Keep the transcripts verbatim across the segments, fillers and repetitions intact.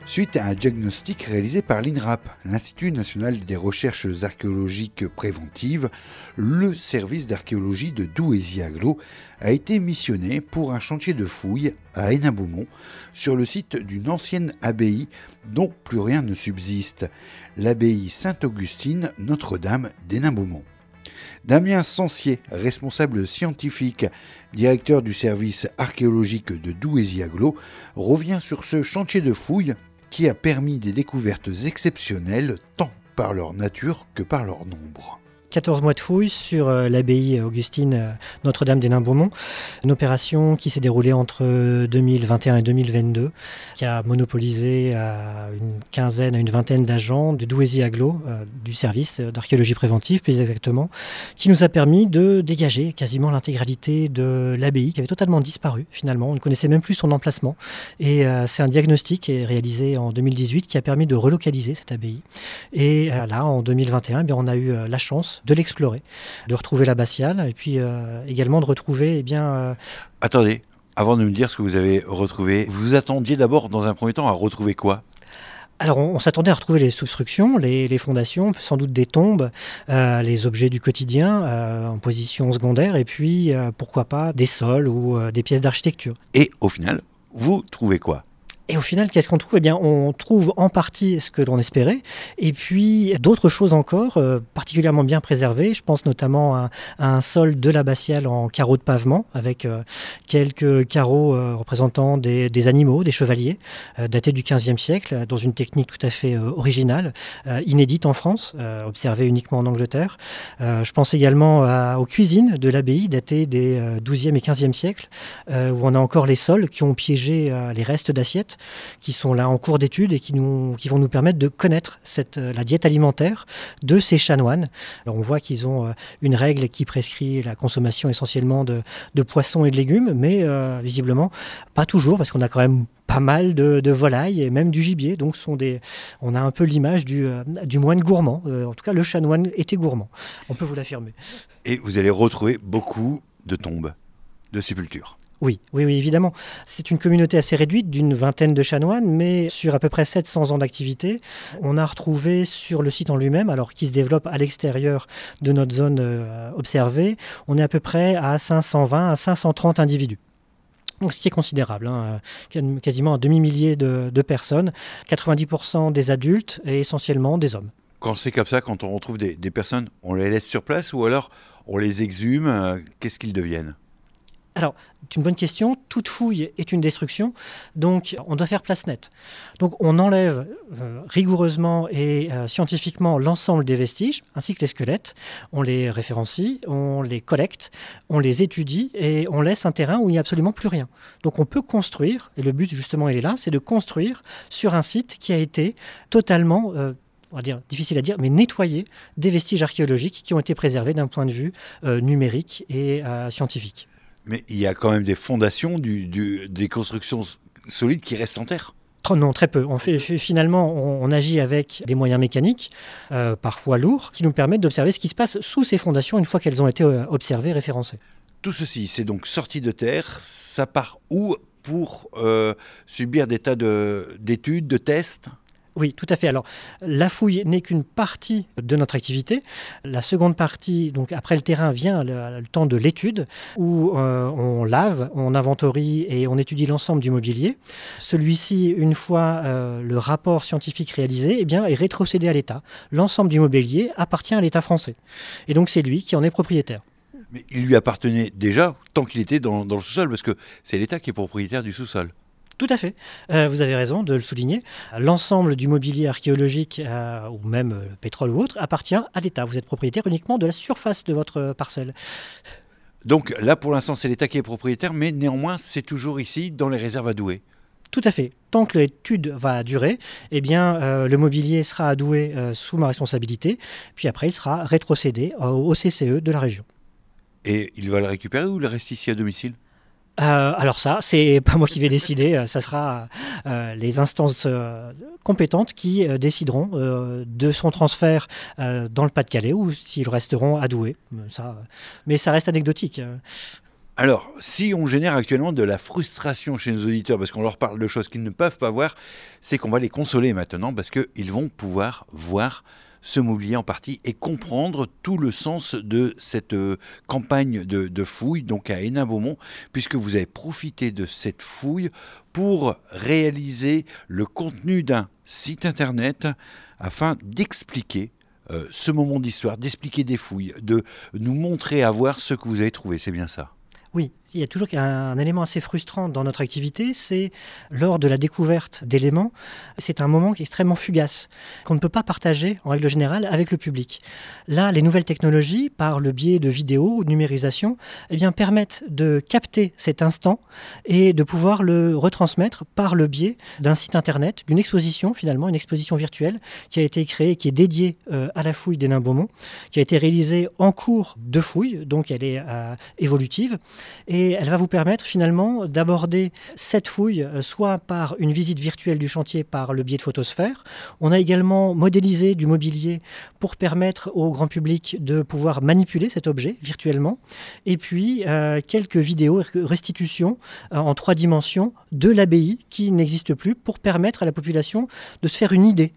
suite à un diagnostic réalisé par l'I N R A P, l'Institut national des recherches archéologiques préventives. Le service d'archéologie de Douaisis-Aglo a été missionné pour un chantier de fouilles à Hénin-Beaumont, sur le site d'une ancienne abbaye dont plus rien ne subsiste, l'abbaye Sainte-Augustine Notre-Dame d'Hénin-Beaumont. Damien Sancier, responsable scientifique, directeur du service archéologique de Douaisis-Aglo, revient sur ce chantier de fouilles qui a permis des découvertes exceptionnelles tant par leur nature que par leur nombre. quatorze mois de fouilles sur l'abbaye Augustine Notre-Dame d'Hénin-Beaumont. Une opération qui s'est déroulée entre deux mille vingt et un et deux mille vingt-deux, qui a monopolisé à une quinzaine, à une vingtaine d'agents de Douaisis-Aglo, euh, du service d'archéologie préventive plus exactement, qui nous a permis de dégager quasiment l'intégralité de l'abbaye qui avait totalement disparu finalement. On ne connaissait même plus son emplacement. Et euh, c'est un diagnostic qui est réalisé en deux mille dix-huit qui a permis de relocaliser cette abbaye. Et euh, là, en deux mille vingt et un, eh bien, on a eu euh, la chance de l'explorer, de retrouver l'abbatiale et puis euh, également de retrouver... Eh bien, euh... Attendez, avant de me dire ce que vous avez retrouvé, vous vous attendiez d'abord dans un premier temps à retrouver quoi ? Alors on, on s'attendait à retrouver les constructions, les, les fondations, sans doute des tombes, euh, les objets du quotidien euh, en position secondaire et puis euh, pourquoi pas des sols ou euh, des pièces d'architecture. Et au final, vous trouvez quoi ? Et au final, qu'est-ce qu'on trouve ? Eh bien, on trouve en partie ce que l'on espérait, et puis d'autres choses encore, euh, particulièrement bien préservées. Je pense notamment à, à un sol de l'abbatiale en carreaux de pavement, avec euh, quelques carreaux euh, représentant des, des animaux, des chevaliers, euh, datés du quinzième siècle, dans une technique tout à fait euh, originale, euh, inédite en France, euh, observée uniquement en Angleterre. Euh, je pense également à, aux cuisines de l'abbaye, datées des euh, douzième et quinzième siècles, euh, où on a encore les sols qui ont piégé euh, les restes d'assiettes, qui sont là en cours d'étude et qui, nous, qui vont nous permettre de connaître cette, la diète alimentaire de ces chanoines. Alors on voit qu'ils ont une règle qui prescrit la consommation essentiellement de, de poissons et de légumes, mais euh, visiblement pas toujours, parce qu'on a quand même pas mal de, de volailles et même du gibier. Donc sont des, on a un peu l'image du, euh, du moine gourmand. Euh, en tout cas, le chanoine était gourmand, on peut vous l'affirmer. Et vous allez retrouver beaucoup de tombes, de sépultures. Oui, oui, oui, évidemment. C'est une communauté assez réduite d'une vingtaine de chanoines, mais sur à peu près sept cents ans d'activité, on a retrouvé sur le site en lui-même, alors qui se développe à l'extérieur de notre zone euh, observée, on est à peu près à cinq cent vingt à cinq cent trente individus. Donc, ce qui est considérable, hein, quasiment un demi-millier de, de personnes, quatre-vingt-dix pour cent des adultes et essentiellement des hommes. Quand c'est comme ça, quand on retrouve des, des personnes, on les laisse sur place ou alors on les exhume, euh, qu'est-ce qu'ils deviennent ? Alors, c'est une bonne question. Toute fouille est une destruction, donc on doit faire place nette. Donc on enlève euh, rigoureusement et euh, scientifiquement l'ensemble des vestiges, ainsi que les squelettes. On les référencie, on les collecte, on les étudie et on laisse un terrain où il n'y a absolument plus rien. Donc on peut construire, et le but justement il est là, c'est de construire sur un site qui a été totalement... Euh, on va dire, difficile à dire, mais nettoyer des vestiges archéologiques qui ont été préservés d'un point de vue euh, numérique et euh, scientifique. Mais il y a quand même des fondations, du, du, des constructions solides qui restent en terre. Non, très peu. On fait, finalement, on, on agit avec des moyens mécaniques, euh, parfois lourds, qui nous permettent d'observer ce qui se passe sous ces fondations une fois qu'elles ont été observées, référencées. Tout ceci, c'est donc sorti de terre. Ça part où pour euh, subir des tas de, d'études, de tests ? Oui, tout à fait. Alors, la fouille n'est qu'une partie de notre activité. La seconde partie, donc après le terrain, vient le, le temps de l'étude, où euh, on lave, on inventorie et on étudie l'ensemble du mobilier. Celui-ci, une fois euh, le rapport scientifique réalisé, eh bien, est rétrocédé à l'État. L'ensemble du mobilier appartient à l'État français. Et donc, c'est lui qui en est propriétaire. Mais il lui appartenait déjà tant qu'il était dans, dans le sous-sol, parce que c'est l'État qui est propriétaire du sous-sol. Tout à fait. Euh, vous avez raison de le souligner. L'ensemble du mobilier archéologique, euh, ou même euh, pétrole ou autre, appartient à l'État. Vous êtes propriétaire uniquement de la surface de votre parcelle. Donc là, pour l'instant, c'est l'État qui est propriétaire, mais néanmoins, c'est toujours ici, dans les réserves à Douai. Tout à fait. Tant que l'étude va durer, eh bien, euh, le mobilier sera à Douai euh, sous ma responsabilité, puis après, il sera rétrocédé au C C E de la région. Et il va le récupérer ou il reste ici à domicile ? Euh, alors ça, c'est pas moi qui vais décider, ça sera euh, les instances euh, compétentes qui euh, décideront euh, de son transfert euh, dans le Pas-de-Calais ou s'ils resteront à Douai. Ça, mais ça reste anecdotique. Alors, si on génère actuellement de la frustration chez nos auditeurs parce qu'on leur parle de choses qu'ils ne peuvent pas voir, c'est qu'on va les consoler maintenant parce qu'ils vont pouvoir voir ce mobilier en partie et comprendre tout le sens de cette euh, campagne de, de fouille, donc à Hénin-Beaumont, puisque vous avez profité de cette fouille pour réaliser le contenu d'un site internet afin d'expliquer euh, ce moment d'histoire, d'expliquer des fouilles, de nous montrer à voir ce que vous avez trouvé, c'est bien ça? Oui, il y a toujours un, un élément assez frustrant dans notre activité, c'est lors de la découverte d'éléments, c'est un moment qui est extrêmement fugace, qu'on ne peut pas partager en règle générale avec le public. Là, les nouvelles technologies, par le biais de vidéos ou de numérisation, eh bien, permettent de capter cet instant et de pouvoir le retransmettre par le biais d'un site internet, d'une exposition finalement, une exposition virtuelle qui a été créée, qui est dédiée euh, à la fouille d'Hénin-Beaumont, qui a été réalisée en cours de fouille, donc elle est euh, évolutive. Et elle va vous permettre finalement d'aborder cette fouille euh, soit par une visite virtuelle du chantier par le biais de Photosphère. On a également modélisé du mobilier pour permettre au grand public de pouvoir manipuler cet objet virtuellement. Et puis euh, quelques vidéos restitutions euh, en trois dimensions de l'abbaye qui n'existe plus pour permettre à la population de se faire une idée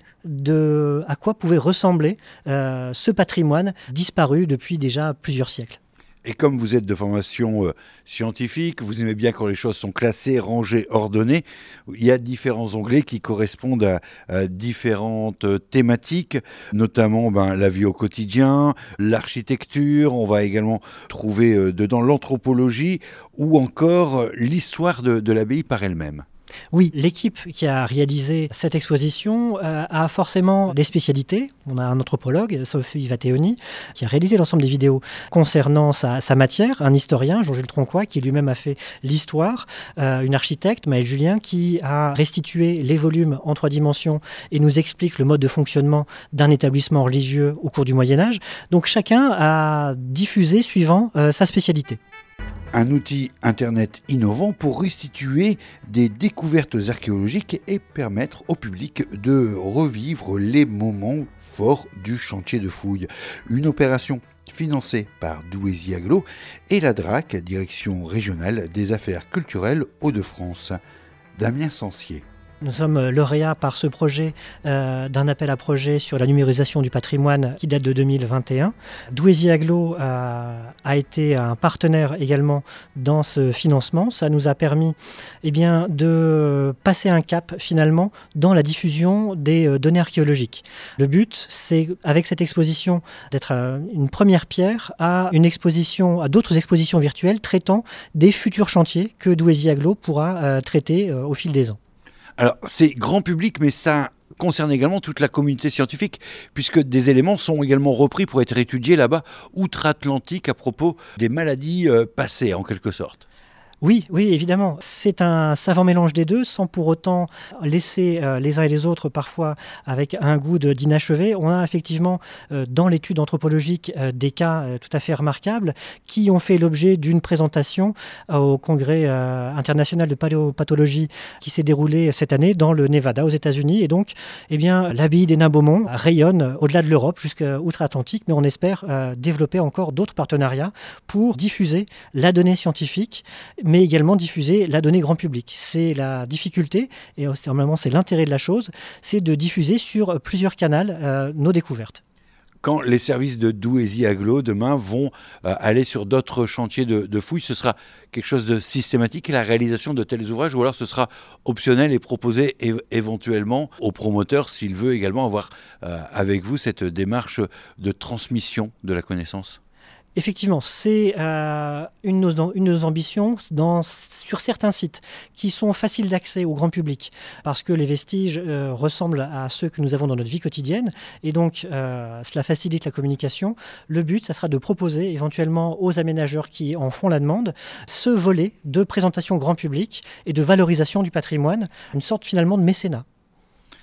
de à quoi pouvait ressembler euh, ce patrimoine disparu depuis déjà plusieurs siècles. Et comme vous êtes de formation euh, scientifique, vous aimez bien quand les choses sont classées, rangées, ordonnées, il y a différents onglets qui correspondent à, à différentes euh, thématiques, notamment ben, la vie au quotidien, l'architecture, on va également trouver euh, dedans l'anthropologie ou encore euh, l'histoire de, de l'abbaye par elle-même. Oui, l'équipe qui a réalisé cette exposition euh, a forcément des spécialités. On a un anthropologue, Sophie Vatteoni, qui a réalisé l'ensemble des vidéos concernant sa, sa matière, un historien, Jean-Jules Tronquoy, qui lui-même a fait l'histoire, euh, une architecte, Maëlle Julien, qui a restitué les volumes en trois dimensions et nous explique le mode de fonctionnement d'un établissement religieux au cours du Moyen-Âge. Donc chacun a diffusé suivant euh, sa spécialité. Un outil internet innovant pour restituer des découvertes archéologiques et permettre au public de revivre les moments forts du chantier de fouille. Une opération financée par Douaisis Agglo et la D R A C, Direction régionale des affaires culturelles Hauts-de-France. Damien Sancier. Nous sommes lauréats par ce projet euh, d'un appel à projet sur la numérisation du patrimoine qui date de deux mille vingt et un. Douaisis Agglo a, a été un partenaire également dans ce financement. Ça nous a permis eh bien, de passer un cap finalement dans la diffusion des données archéologiques. Le but, c'est avec cette exposition d'être une première pierre à une exposition, à d'autres expositions virtuelles traitant des futurs chantiers que Douaisis Agglo pourra euh, traiter euh, au fil des ans. Alors, c'est grand public, mais ça concerne également toute la communauté scientifique, puisque des éléments sont également repris pour être étudiés là-bas, outre-Atlantique, à propos des maladies euh, passées, en quelque sorte. Oui, oui, évidemment. C'est un savant mélange des deux, sans pour autant laisser euh, les uns et les autres parfois avec un goût de, d'inachevé. On a effectivement euh, dans l'étude anthropologique euh, des cas euh, tout à fait remarquables qui ont fait l'objet d'une présentation euh, au Congrès euh, international de paléopathologie qui s'est déroulé cette année dans le Nevada aux États-Unis. Et donc, eh bien, l'abbaye d'Hénin-Beaumont rayonne au-delà de l'Europe jusqu'à outre-Atlantique, mais on espère euh, développer encore d'autres partenariats pour diffuser la donnée scientifique, mais également diffuser la donnée grand public. C'est la difficulté, et normalement c'est l'intérêt de la chose, c'est de diffuser sur plusieurs canaux euh, nos découvertes. Quand les services de Douaisis Agglo demain vont euh, aller sur d'autres chantiers de, de fouilles, ce sera quelque chose de systématique, la réalisation de tels ouvrages, ou alors ce sera optionnel et proposé é- éventuellement au promoteur s'il veut également avoir euh, avec vous cette démarche de transmission de la connaissance? Effectivement, c'est euh, une, de nos, une de nos ambitions dans, sur certains sites qui sont faciles d'accès au grand public parce que les vestiges euh, ressemblent à ceux que nous avons dans notre vie quotidienne et donc euh, cela facilite la communication. Le but, ça sera de proposer éventuellement aux aménageurs qui en font la demande ce volet de présentation grand public et de valorisation du patrimoine, une sorte finalement de mécénat.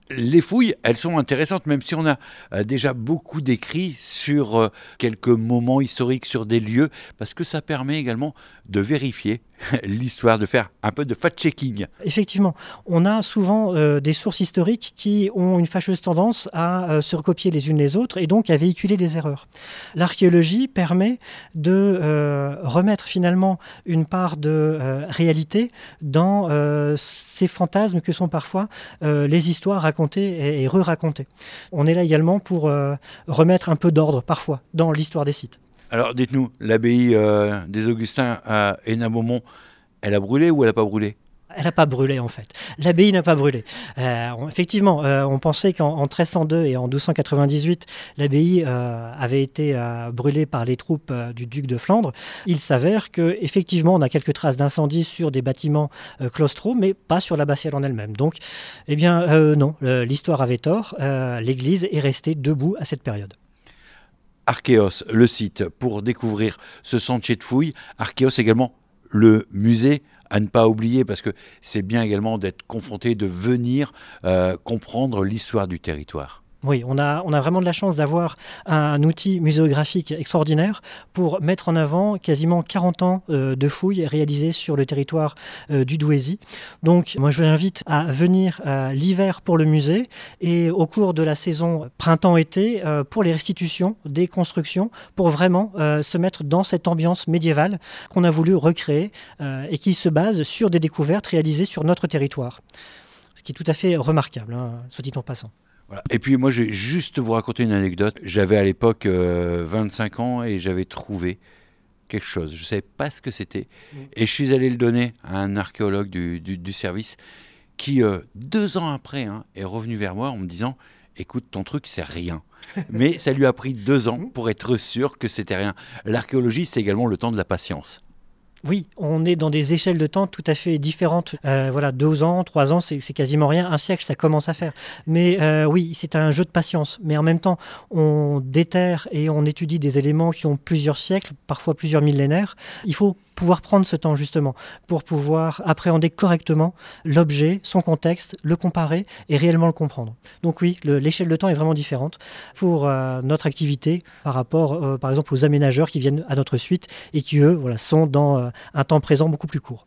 Les fouilles, elles sont intéressantes, même si on a euh, déjà beaucoup d'écrits sur euh, quelques moments historiques, sur des lieux, parce que ça permet également de vérifier l'histoire, de faire un peu de fact-checking. Effectivement, on a souvent euh, des sources historiques qui ont une fâcheuse tendance à euh, se recopier les unes les autres et donc à véhiculer des erreurs. L'archéologie permet de euh, remettre finalement une part de euh, réalité dans euh, ces fantasmes que sont parfois euh, les histoires racontées et, et re-racontées. On est là également pour euh, remettre un peu d'ordre parfois dans l'histoire des sites. Alors dites-nous, l'abbaye euh, des Augustins à Hénin-Beaumont, elle a brûlé ou elle n'a pas brûlé ? Elle n'a pas brûlé en fait. L'abbaye n'a pas brûlé. Euh, on, effectivement, euh, on pensait qu'en en treize cent deux et en douze cent quatre-vingt-dix-huit, l'abbaye euh, avait été euh, brûlée par les troupes euh, du duc de Flandre. Il s'avère qu'effectivement, on a quelques traces d'incendie sur des bâtiments euh, claustraux, mais pas sur l'abbatiale en elle-même. Donc, eh bien, euh, non, euh, l'histoire avait tort. Euh, l'église est restée debout à cette période. Archéos, le site pour découvrir ce sentier de fouilles. Archéos également, le musée à ne pas oublier, parce que c'est bien également d'être confronté, de venir euh, comprendre l'histoire du territoire. Oui, on a, on a vraiment de la chance d'avoir un outil muséographique extraordinaire pour mettre en avant quasiment quarante ans euh, de fouilles réalisées sur le territoire euh, du Douaisis. Donc moi je vous invite à venir euh, l'hiver pour le musée et au cours de la saison printemps-été euh, pour les restitutions des constructions, pour vraiment euh, se mettre dans cette ambiance médiévale qu'on a voulu recréer euh, et qui se base sur des découvertes réalisées sur notre territoire. Ce qui est tout à fait remarquable, hein, soit dit en passant. Voilà. Et puis moi, je vais juste vous raconter une anecdote. J'avais à l'époque euh, vingt-cinq ans et j'avais trouvé quelque chose. Je ne savais pas ce que c'était. Mmh. Et je suis allé le donner à un archéologue du, du, du service qui, euh, deux ans après, hein, est revenu vers moi en me disant « Écoute, ton truc, c'est rien. » Mais ça lui a pris deux ans pour être sûr que c'était rien. L'archéologie, c'est également le temps de la patience. Oui, on est dans des échelles de temps tout à fait différentes. Euh, voilà, deux ans, trois ans, c'est, c'est quasiment rien. Un siècle, ça commence à faire. Mais euh, oui, c'est un jeu de patience. Mais en même temps, on déterre et on étudie des éléments qui ont plusieurs siècles, parfois plusieurs millénaires. Il faut pouvoir prendre ce temps justement pour pouvoir appréhender correctement l'objet, son contexte, le comparer et réellement le comprendre. Donc oui, le, l'échelle de temps est vraiment différente pour euh, notre activité par rapport, euh, par exemple, aux aménageurs qui viennent à notre suite et qui, eux, voilà, sont dans euh, un temps présent beaucoup plus court.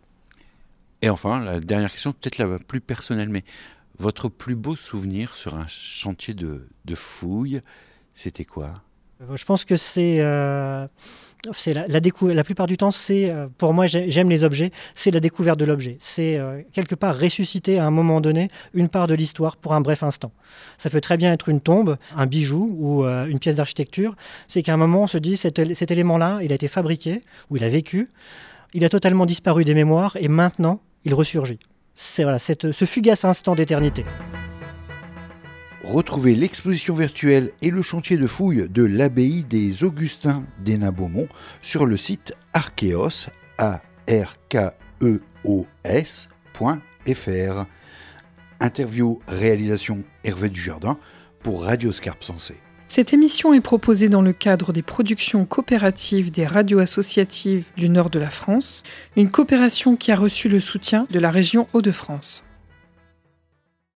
Et enfin, la dernière question, peut-être la plus personnelle, mais votre plus beau souvenir sur un chantier de, de fouilles, c'était quoi ? Je pense que c'est... Euh C'est la, la, décou- la plupart du temps, c'est, euh, pour moi, j'aime les objets, c'est la découverte de l'objet. C'est euh, quelque part ressusciter à un moment donné une part de l'histoire pour un bref instant. Ça peut très bien être une tombe, un bijou ou euh, une pièce d'architecture. C'est qu'à un moment, on se dit, cet, cet élément-là, il a été fabriqué, ou il a vécu, il a totalement disparu des mémoires et maintenant, il ressurgit. C'est voilà, cette, ce fugace instant d'éternité. Retrouvez l'exposition virtuelle et le chantier de fouilles de l'abbaye des Augustins d'Hénin-Beaumont sur le site archéos, A R K E O S point F R. Interview, réalisation Hervé Dujardin pour Radio Scarpe Sensée. Cette émission est proposée dans le cadre des productions coopératives des radios associatives du nord de la France, une coopération qui a reçu le soutien de la région Hauts-de-France.